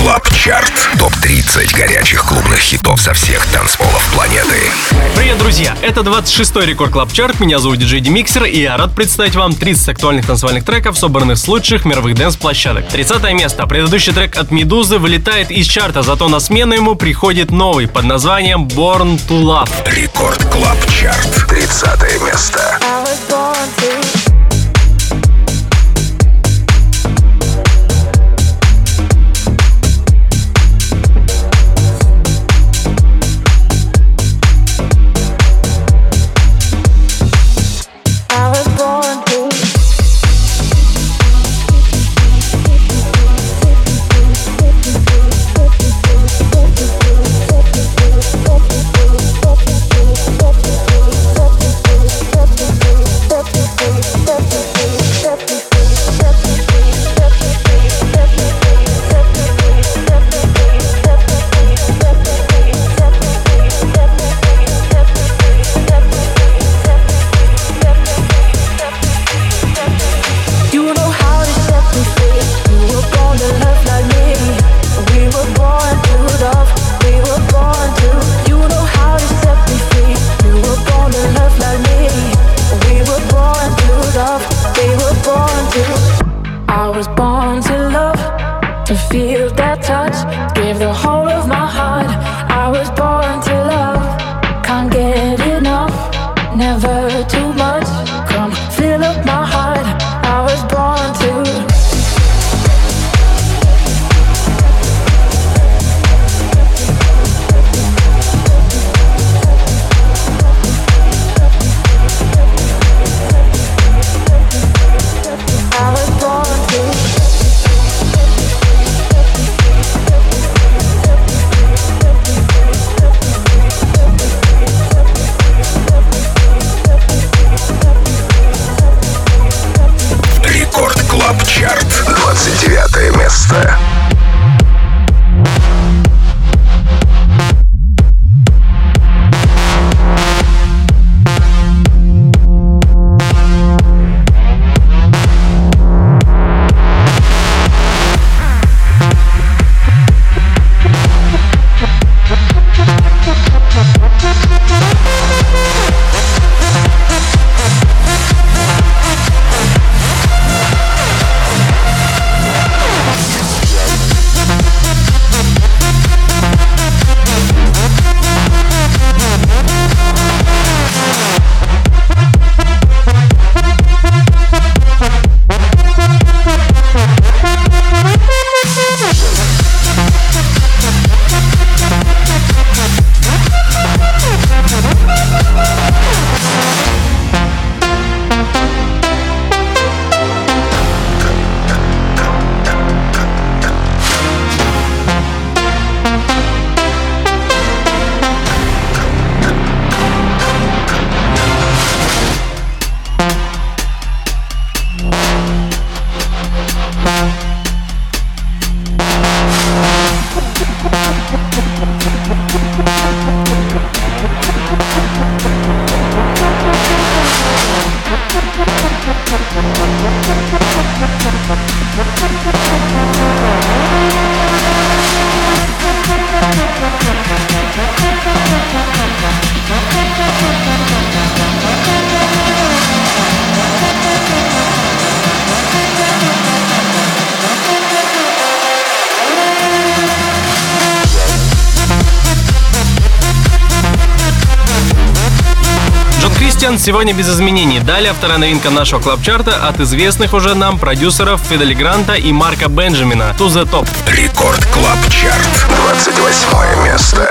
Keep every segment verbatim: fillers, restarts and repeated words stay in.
Клаб Чарт. топ тридцать горячих клубных хитов со всех танцполов планеты. Привет, друзья! Это двадцать шестой Рекорд Клаб Чарт. Меня зовут диджей Демиксер, и я рад представить вам тридцать актуальных танцевальных треков, собранных с лучших мировых дэнс-площадок. тридцатое место. Предыдущий трек от Медузы вылетает из чарта, зато на смену ему приходит новый под названием Born to Love. Рекорд Клаб Чарт. тридцатое место. Сегодня без изменений. Далее вторая новинка нашего клаб-чарта от известных уже нам продюсеров Фидели Гранта и Марка Бенджамина «To the Top». Рекорд Клаб Чарт. двадцать восьмое место.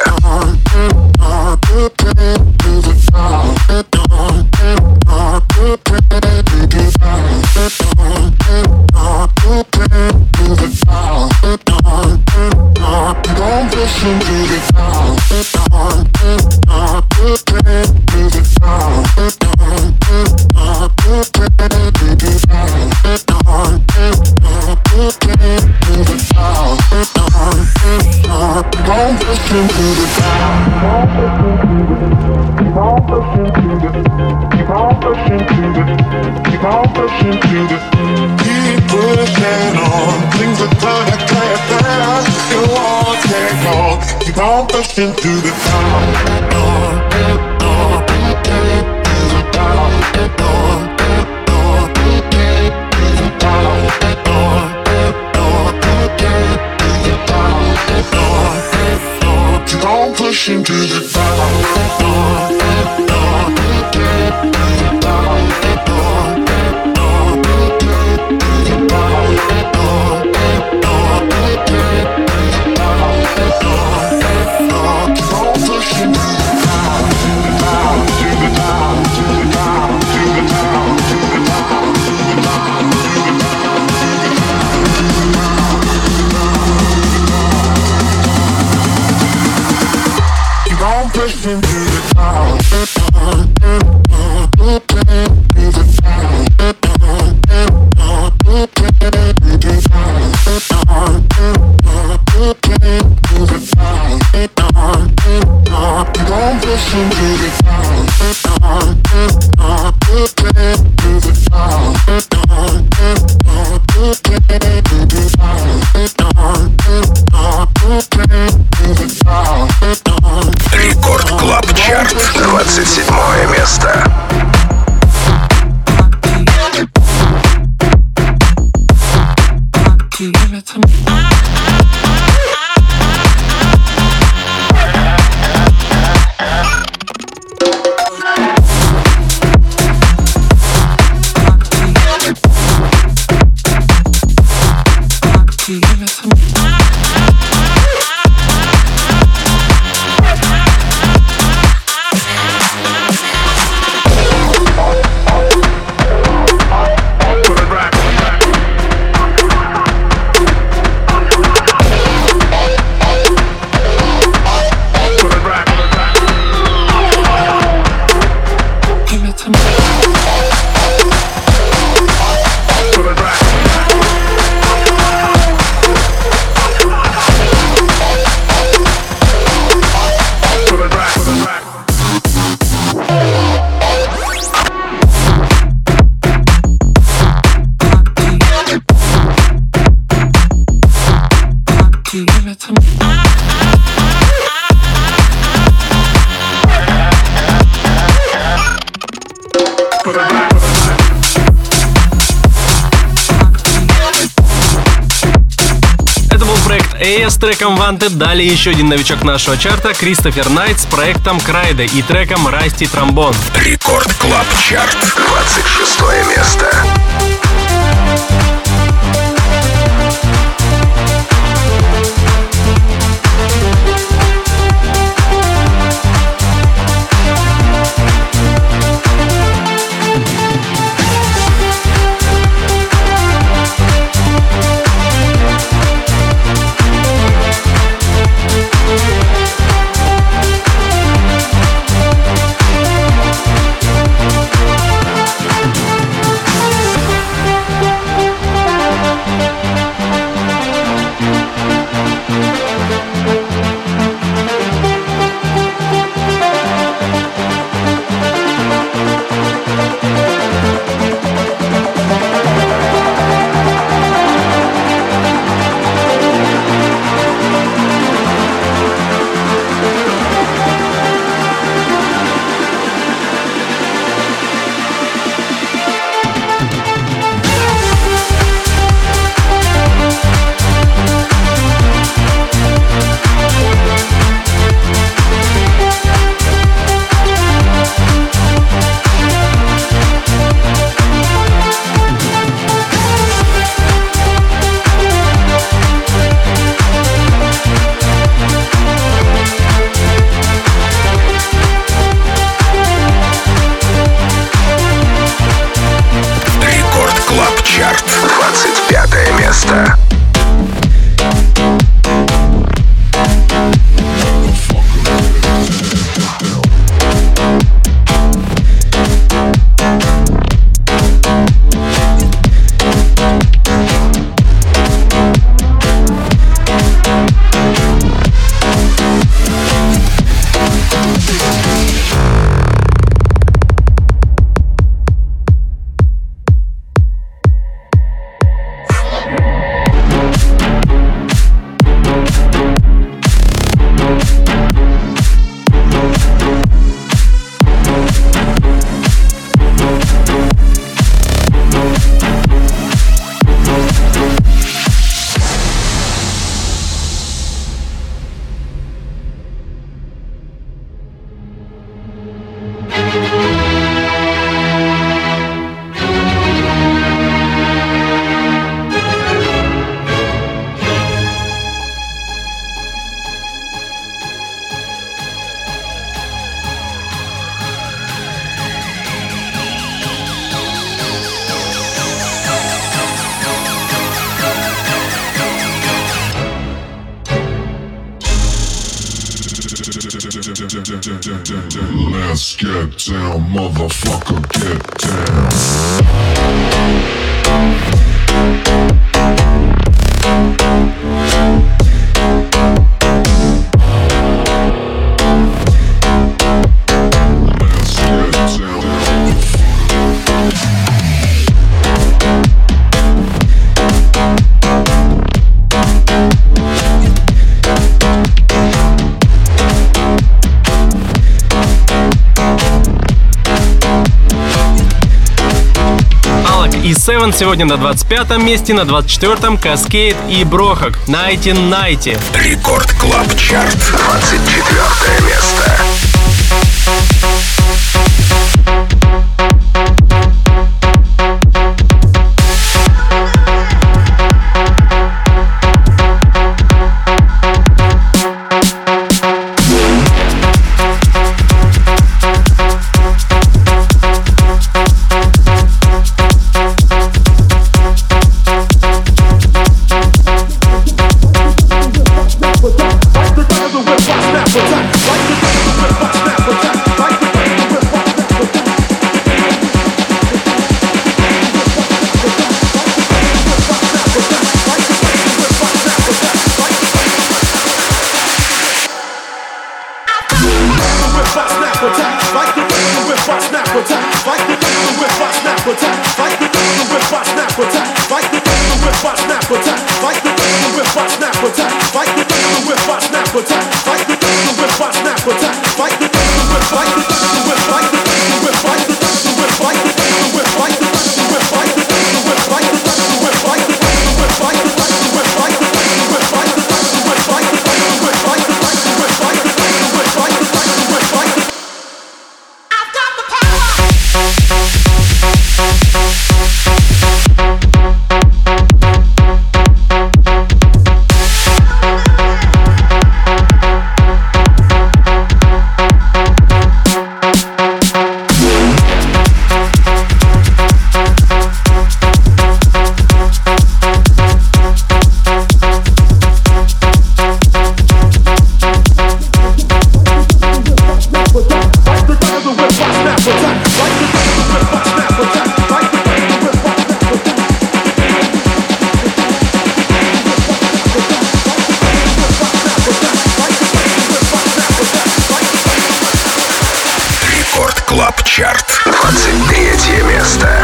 Keep pushing on, things are gonna get better. on pushing to the top. Keep on pushing to the top. Pushing to the top. Рекорд Клаб Чарт, двадцать седьмое место. С треком Wanted. Далее еще один новичок нашего чарта — Кристофер Найт с проектом Крайда и треком Расти Тромбон. Рекорд Клаб Чарт, двадцать шестое место. Let's get down, motherfucker, get down. И Seven сегодня на двадцать пятом месте, на двадцать четвёртом Каскейд и Брохак девяносто девяносто. Рекорд Клаб Чарт, двадцать четвёртое место. Клаб Чарт, двадцать третье место.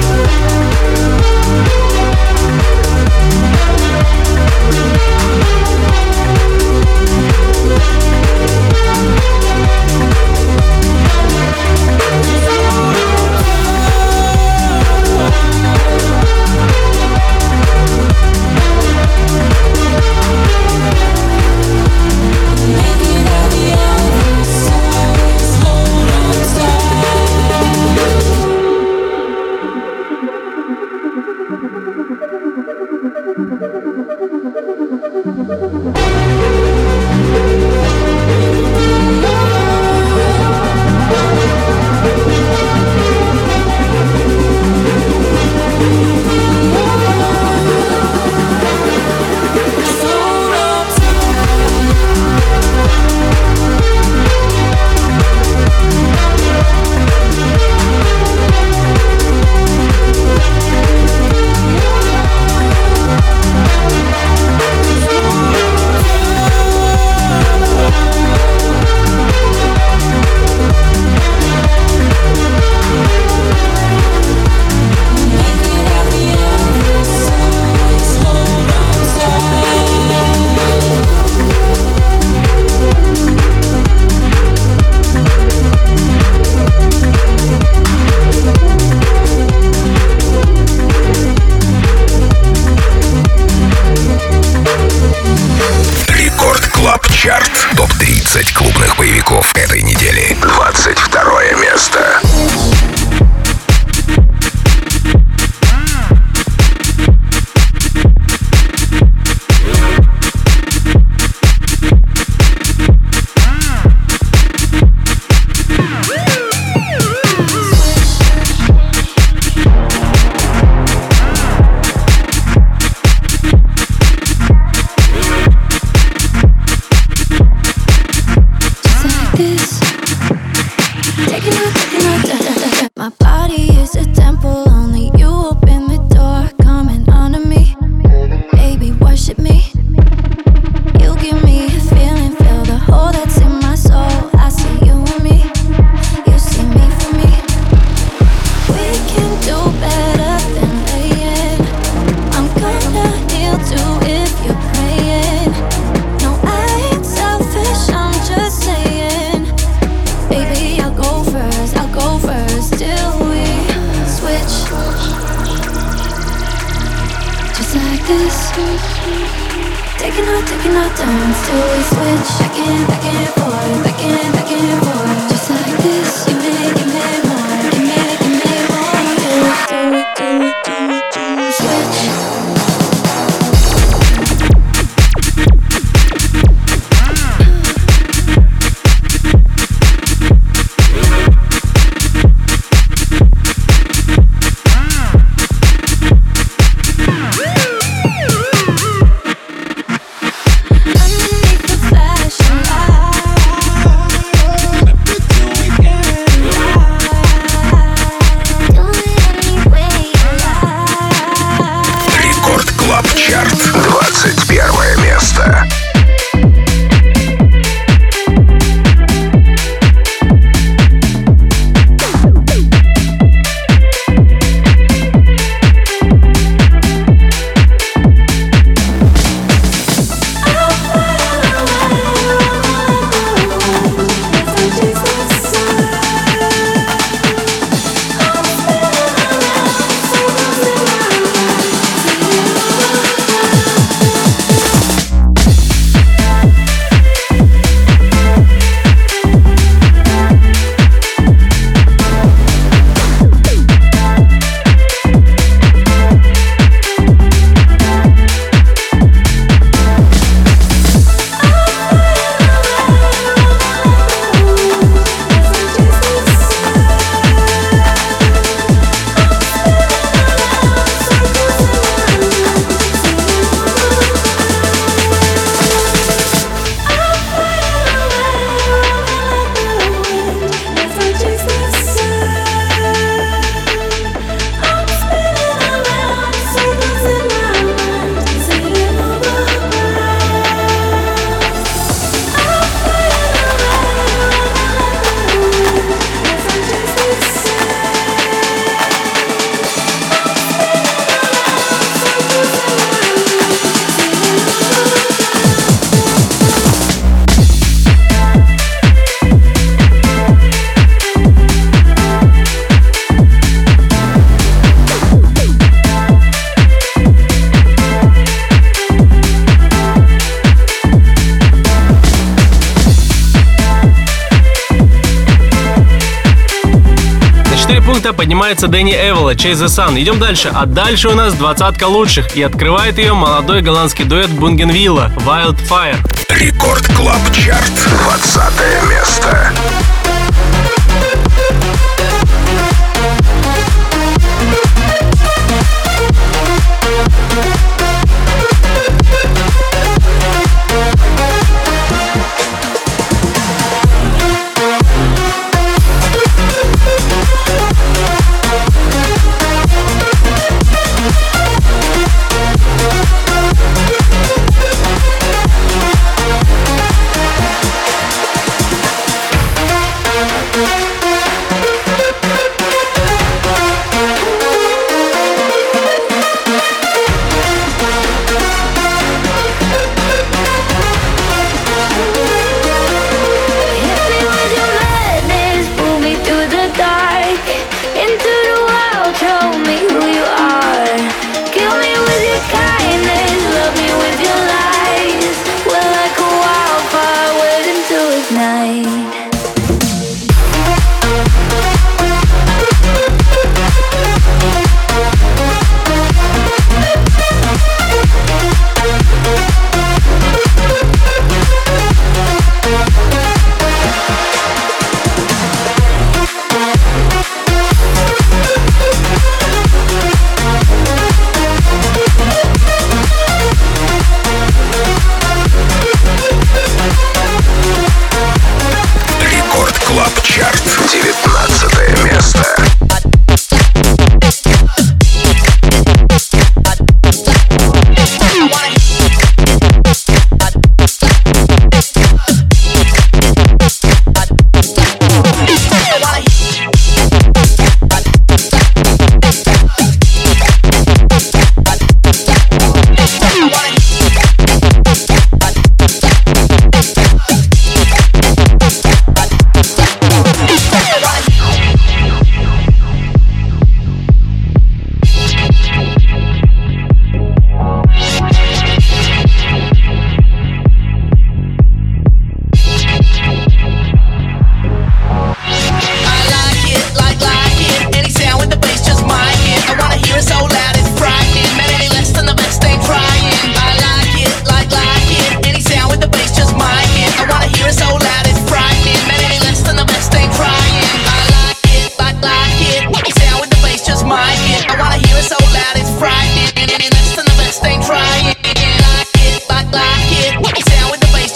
топ тридцать клубных боевиков этой недели. двадцать второе место. taking our, taking our turns till we switch back and back and forth, back and back and forth. Just like this, you make it, make more, you make it, make more. Do it, do it, do it, do it, do it, switch. двадцать первое место. Поднимается Дэнни Эвола, Chase the Sun. Идем дальше. А дальше у нас двадцатка лучших. И открывает ее молодой голландский дуэт Бунгенвилла Wildfire. Рекорд Клаб Чарт. двадцатое место.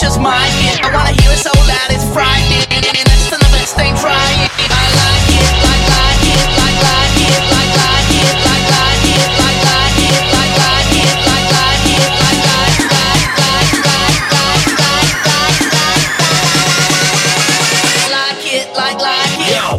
just my hit. I wanna hear it so loud it's frightening. And that's the best thing trying. I like it, like like it, like like it, like like it, like like it, like like it, like like it, like like it, like like like like like like like like like it, like like it. Yo.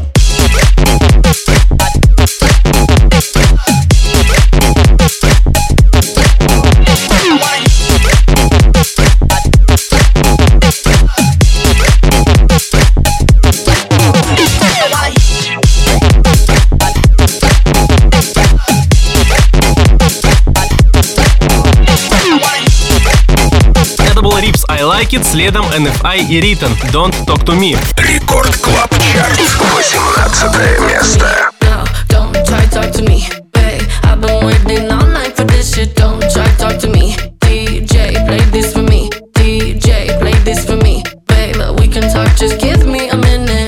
I Like It, следом эн эф ай и Riton Don't Talk To Me. Рекорд Клаб Чарт, восемнадцатое место. No, don't try talk to me, babe. I've been waiting all night for this shit. Don't try talk to me. ди джей, play this for me. ди джей, play this for me. Babe, we can talk, just give me a minute.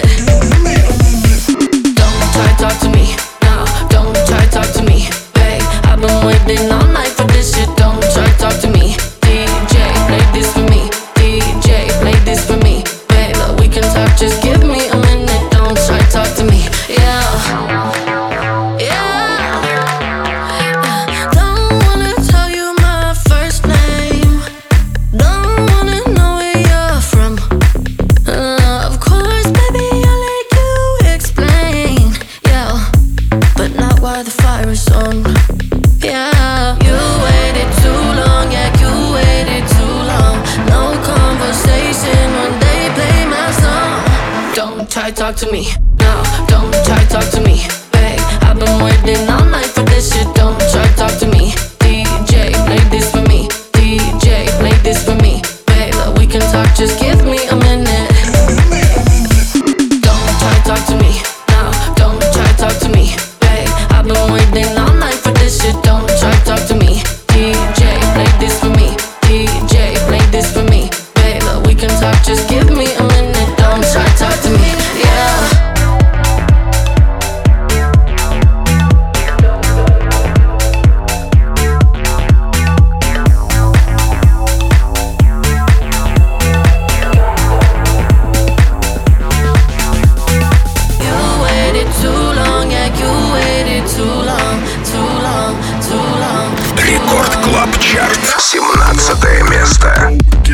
Don't try talk to me. No, don't try talk to me, babe. I've been waiting all night for this shit. Don't try talk to me. ди джей, play this for me. ди джей, play this for me. Babe, we can talk, just give me a minute. Don't try talk to me. Yeah. Talk to me, no, don't try talk to me, babe. I've been waiting all night for this shit. Don't try talk to me. ди джей, play this for me. ди джей, play this for me, babe. We can talk, just give me a minute. Don't try talk to me, no, don't try talk to me, babe. I've been waiting all night for this shit. Don't try talk to me. ди джей, play this for me. ди джей, play this for me, babe. We can talk, just give me a minute. Don't try talk to me. семнадцатое место.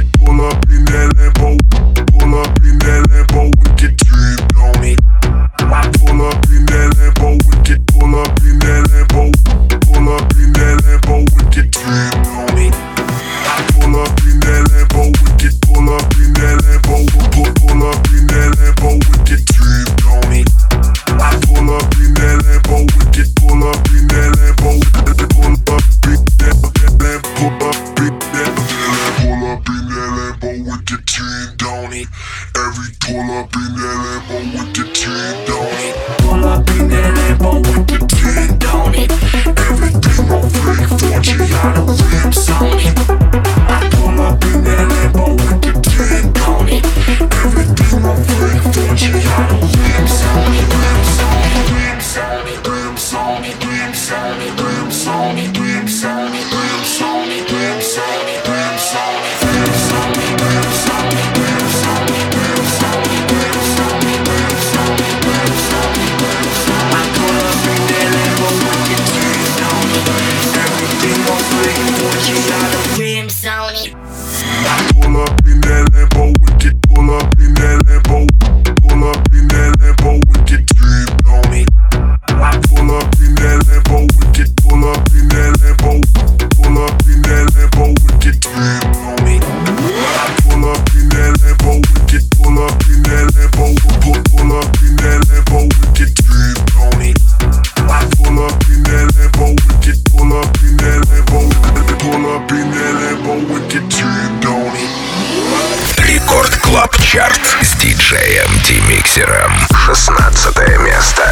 Рекорд Клаб Чарт с диджеем D-Mixer'ом. шестнадцатое место.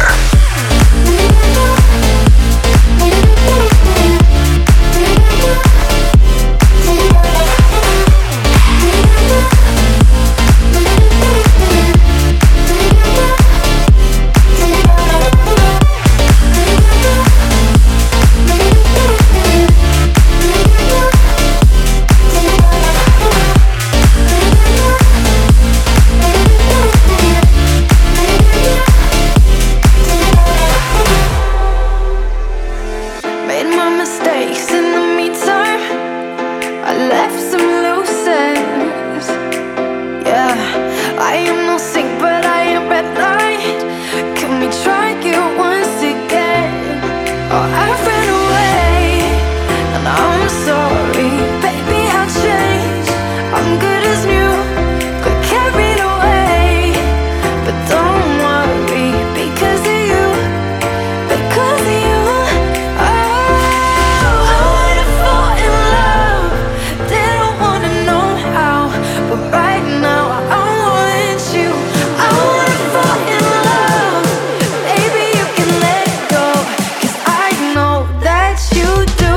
I'm good as new. Got carried away, but don't worry because of you, because of you. Oh, I wanna fall in love, didn't wanna know how, but right now I want you. I wanna fall in love, baby you can let go, 'cause I know that you do.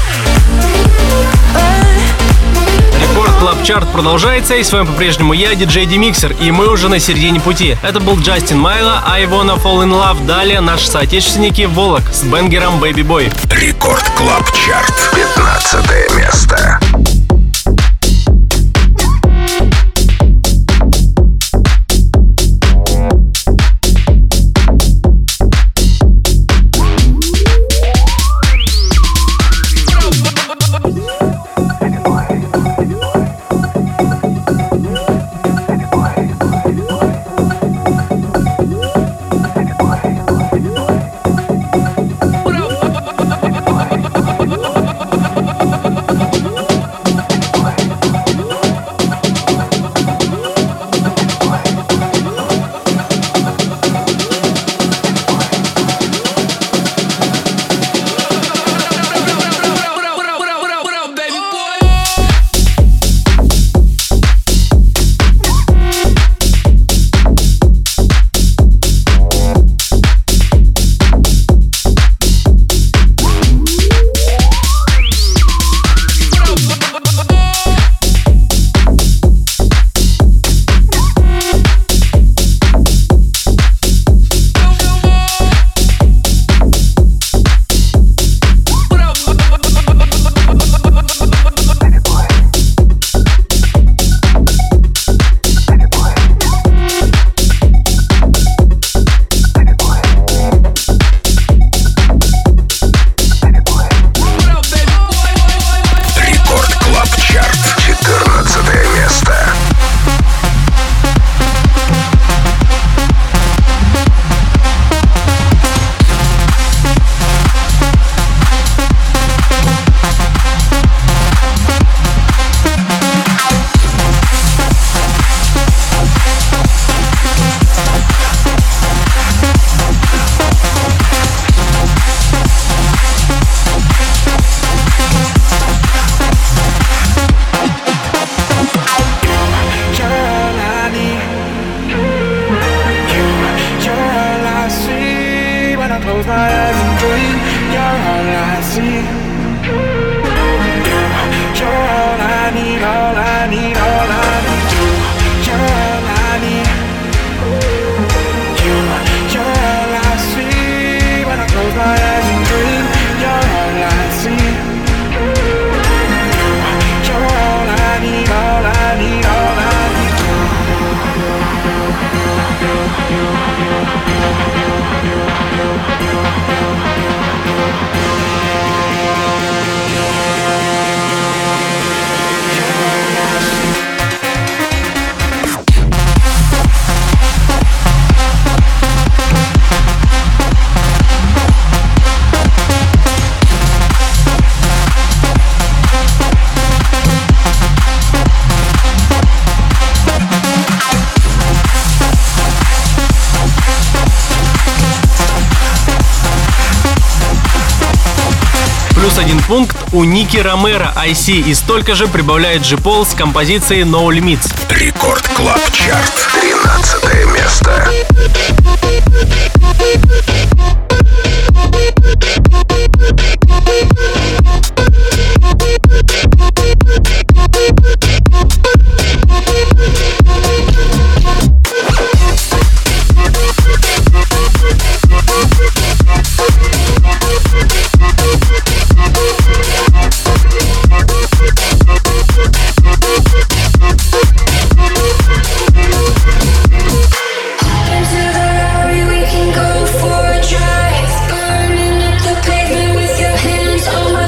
Рекорд Клаб Чарт продолжается, и с вами по-прежнему я, диджей Демиксер, и мы уже на середине пути. Это был Джастин Майло, I Wanna Fall in Love. Далее наши соотечественники Волок с бенгером Baby Boy. Рекорд Клаб Чарт. пятнадцатое место. Один пункт у Ники Ромеро I See, и столько же прибавляет Джи Пол с композицией No Limits. Рекорд Клаб Чарт. тринадцатое место. Into the Rari, we can go for a drive. Burning up the pavement with your hands on my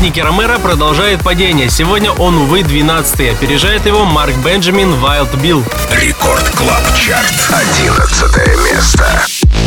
Ники Ромеро продолжает падение. Сегодня он, увы, двенадцатый. Опережает его Марк Бенджамин Wild Bill. Рекорд Клаб Чарт. одиннадцатое место.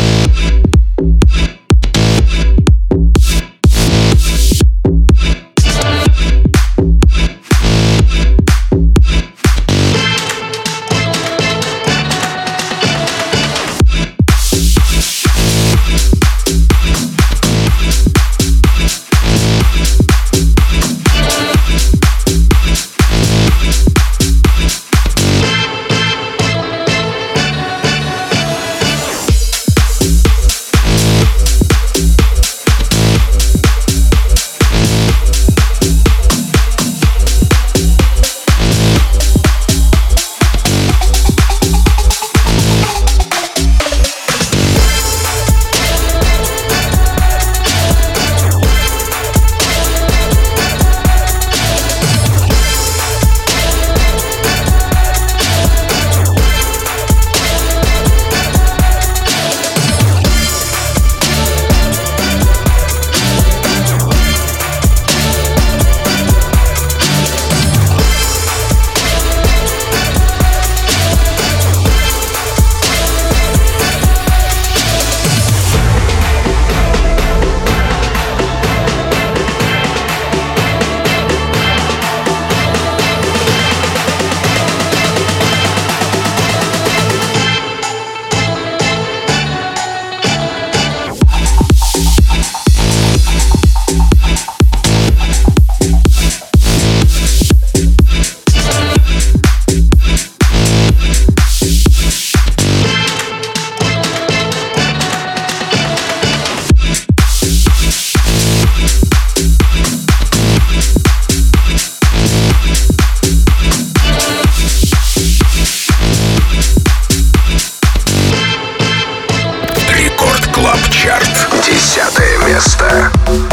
Десятое место.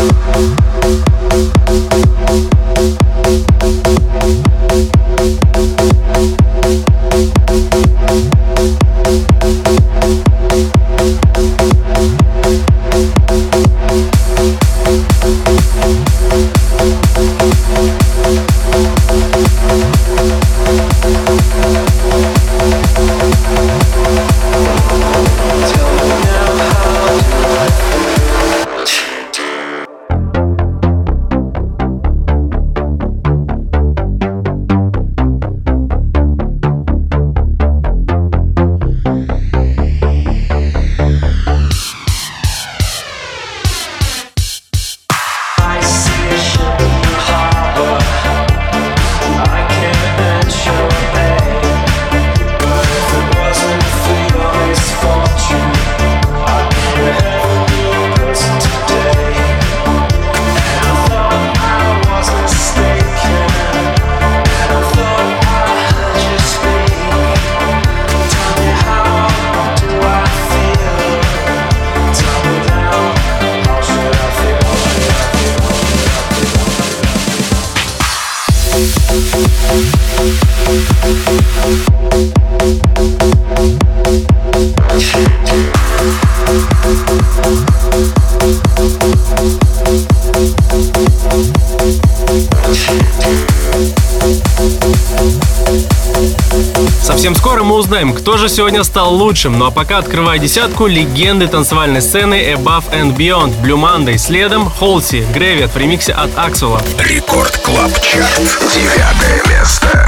Совсем скоро мы узнаем, кто же сегодня стал лучшим. Ну а пока открываю десятку легенды танцевальной сцены Above and Beyond, Blue Monday. Следом Холси, Грэвит в ремиксе от Аксула. Рекорд Клаб Чарт. Девятое место.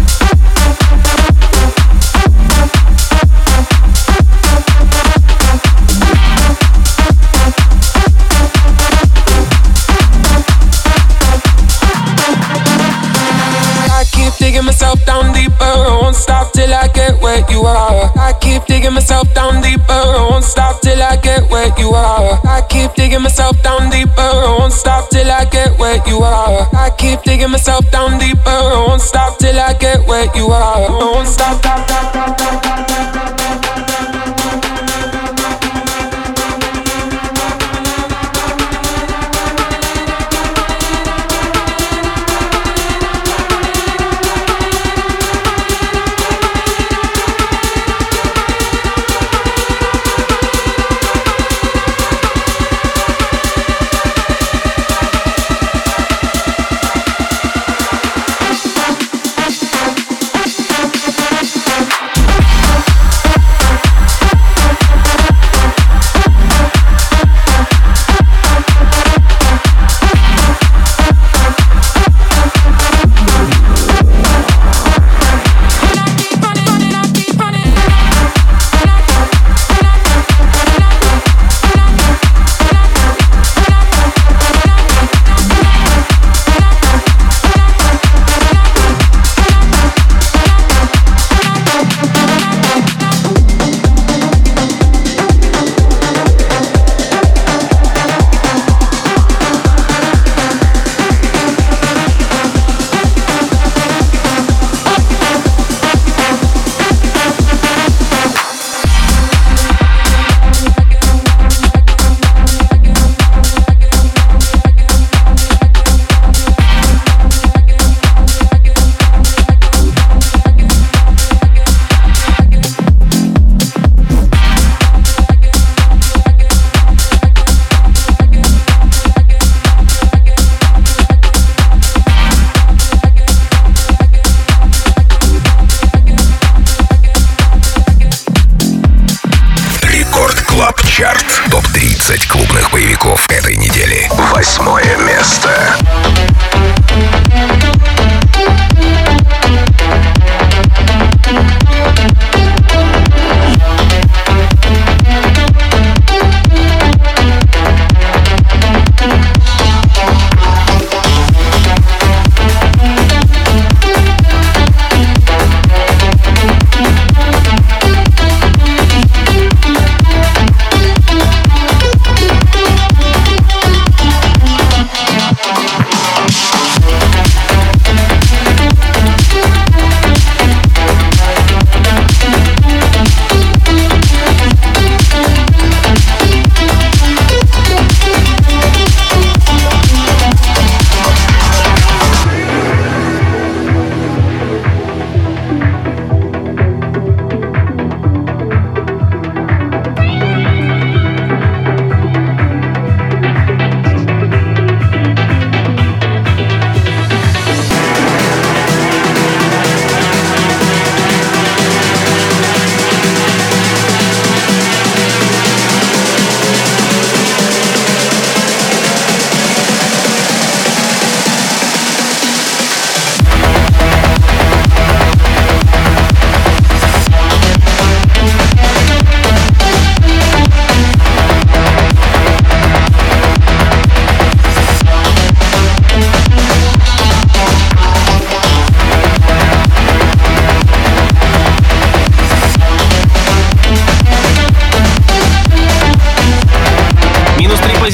Digging myself down deeper, I won't stop till I get where you are. I keep digging myself down deeper, I won't stop till I get where you are. I keep digging myself down deeper, I won't stop till I get where you are. I keep digging myself down deeper, I won't stop till I get where you are. I won't stop, stop, stop, stop, stop, stop, stop.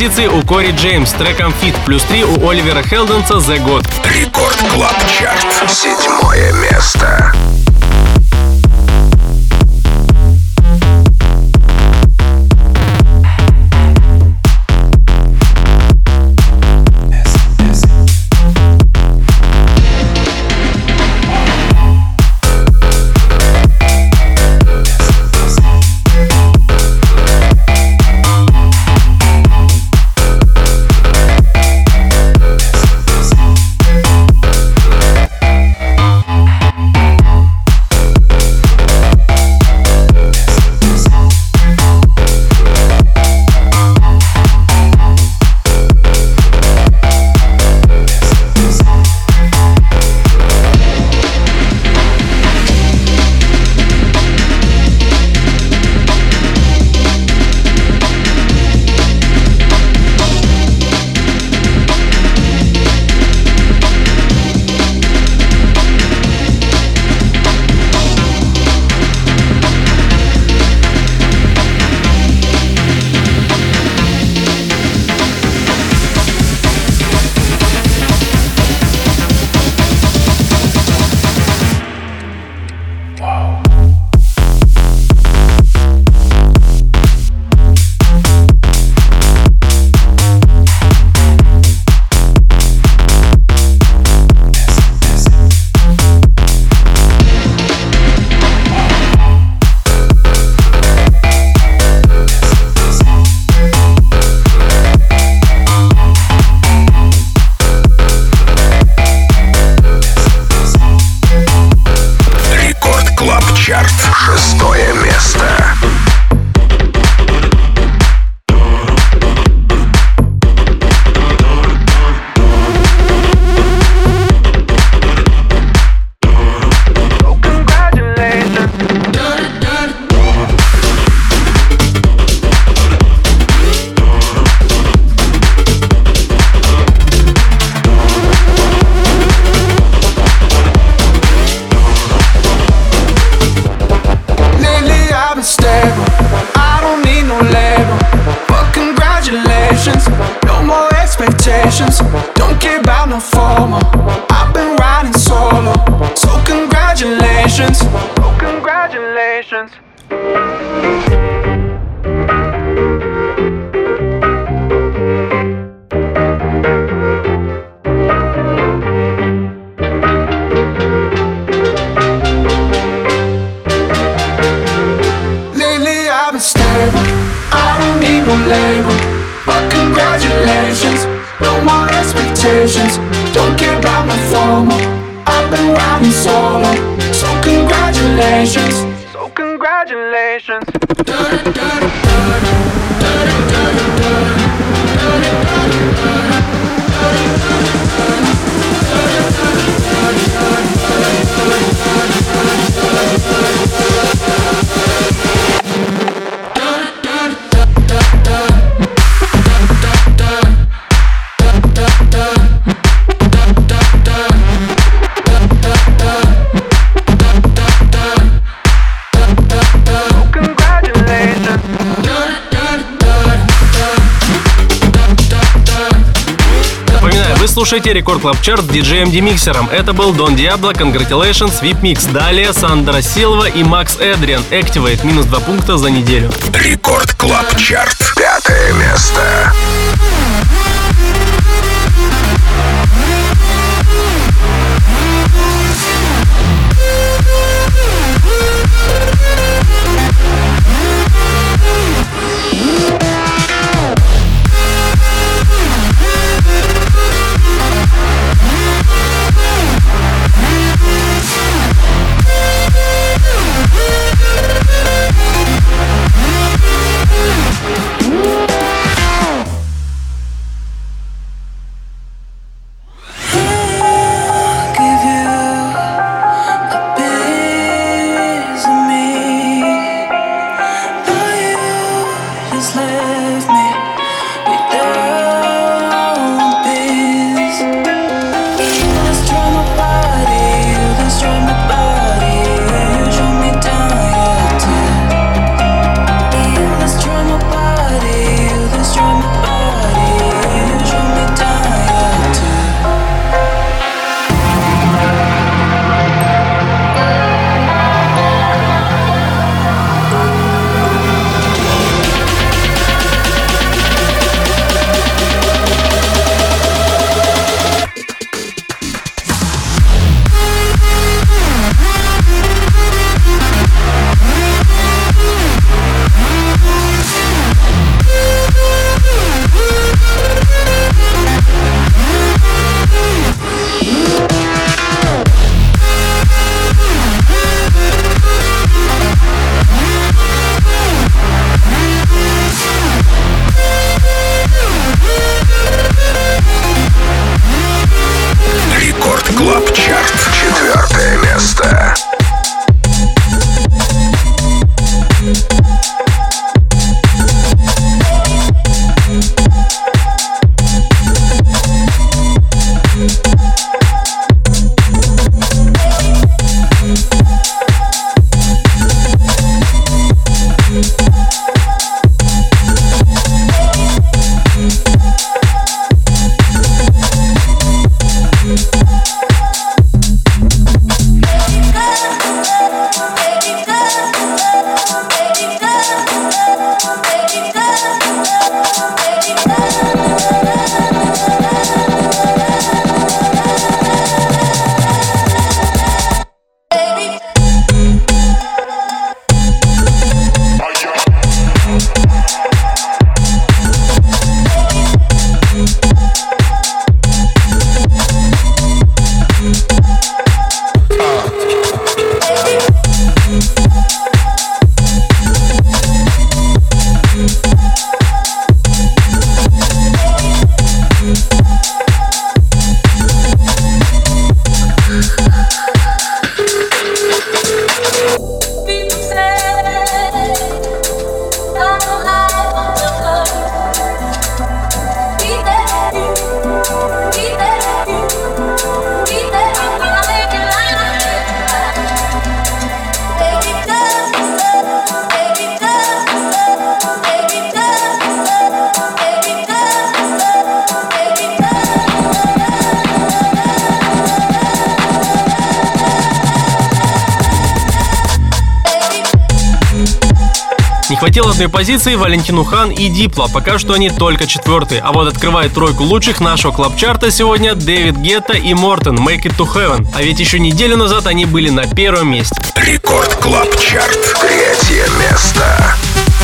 позиции у Кори Джеймс с треком Fit, плюс три у Оливера Хелденса The God. Рекорд Клаб Чарт. Седьмое место. Шестое место. Don't care about no formal. I've been riding solo. So congratulations. Oh, congratulations. Lately I've been stable. I don't need no label. But congratulations. No more expectations. Don't care about my formal. I've been riding solo. So congratulations. So congratulations. Слушайте Рекорд Клаб Чарт с диджеем Демиксером. Это был Дон Диабло, Congratulations, Vip Mix. Далее Сандра Силва и Макс Эдриан, Activate, минус два пункта за неделю. Рекорд Клаб Чарт. Пятое место. Подхватил одной позиции Валентину Хан и Дипло, пока что они только четвертые. А вот открывает тройку лучших нашего клабчарта сегодня Дэвид Гетта и Мортен «Make It To Heaven». А ведь еще неделю назад они были на первом месте. Рекорд Клаб Чарт. Третье место.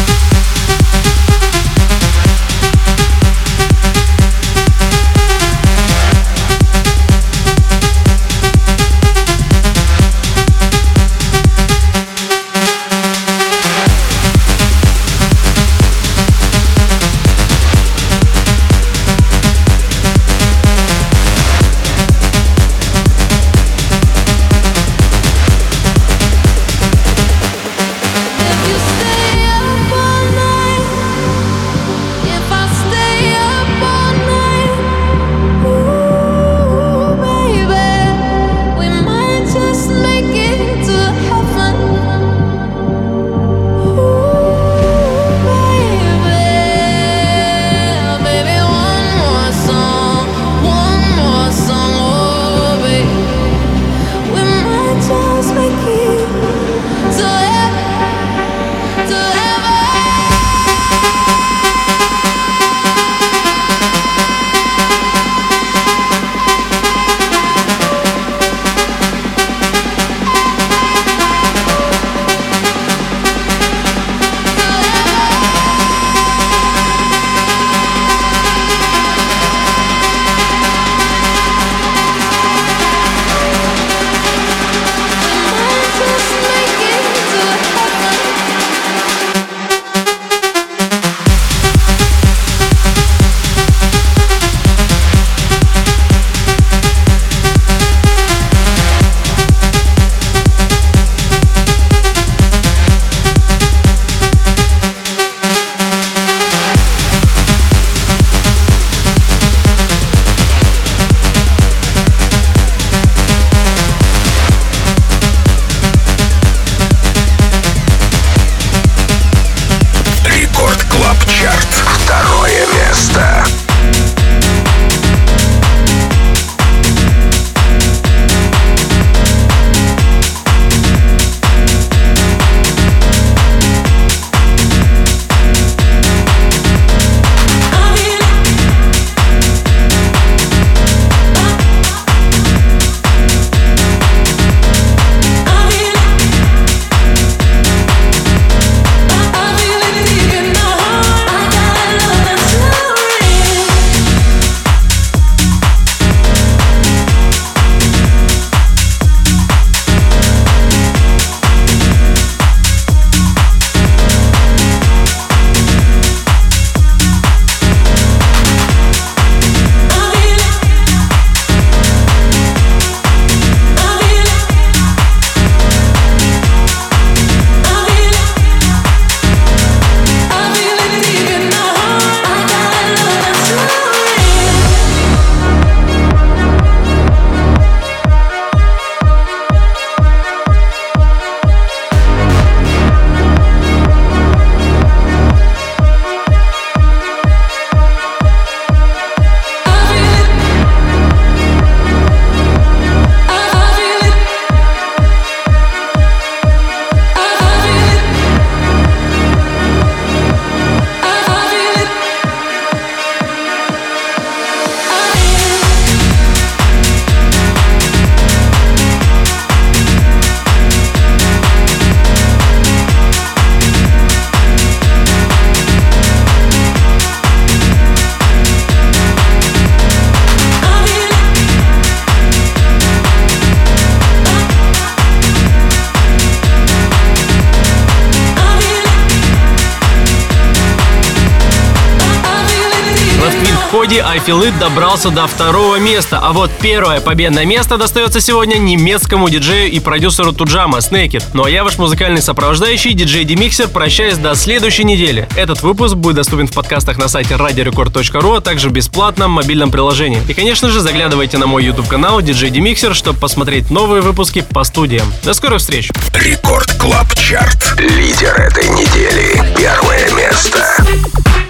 ходе I Feel It добрался до второго места, а вот первое победное место достается сегодня немецкому диджею и продюсеру Туджама Snake It. Ну а я ваш музыкальный сопровождающий, диджей Demixer, прощаюсь до следующей недели. Этот выпуск будет доступен в подкастах на сайте радио рекорд точка ру, а также в бесплатном мобильном приложении. И, конечно же, заглядывайте на мой YouTube-канал диджей Demixer, чтобы посмотреть новые выпуски по студиям. До скорых встреч! Рекорд Клаб Чарт. Лидер этой недели. Первое место.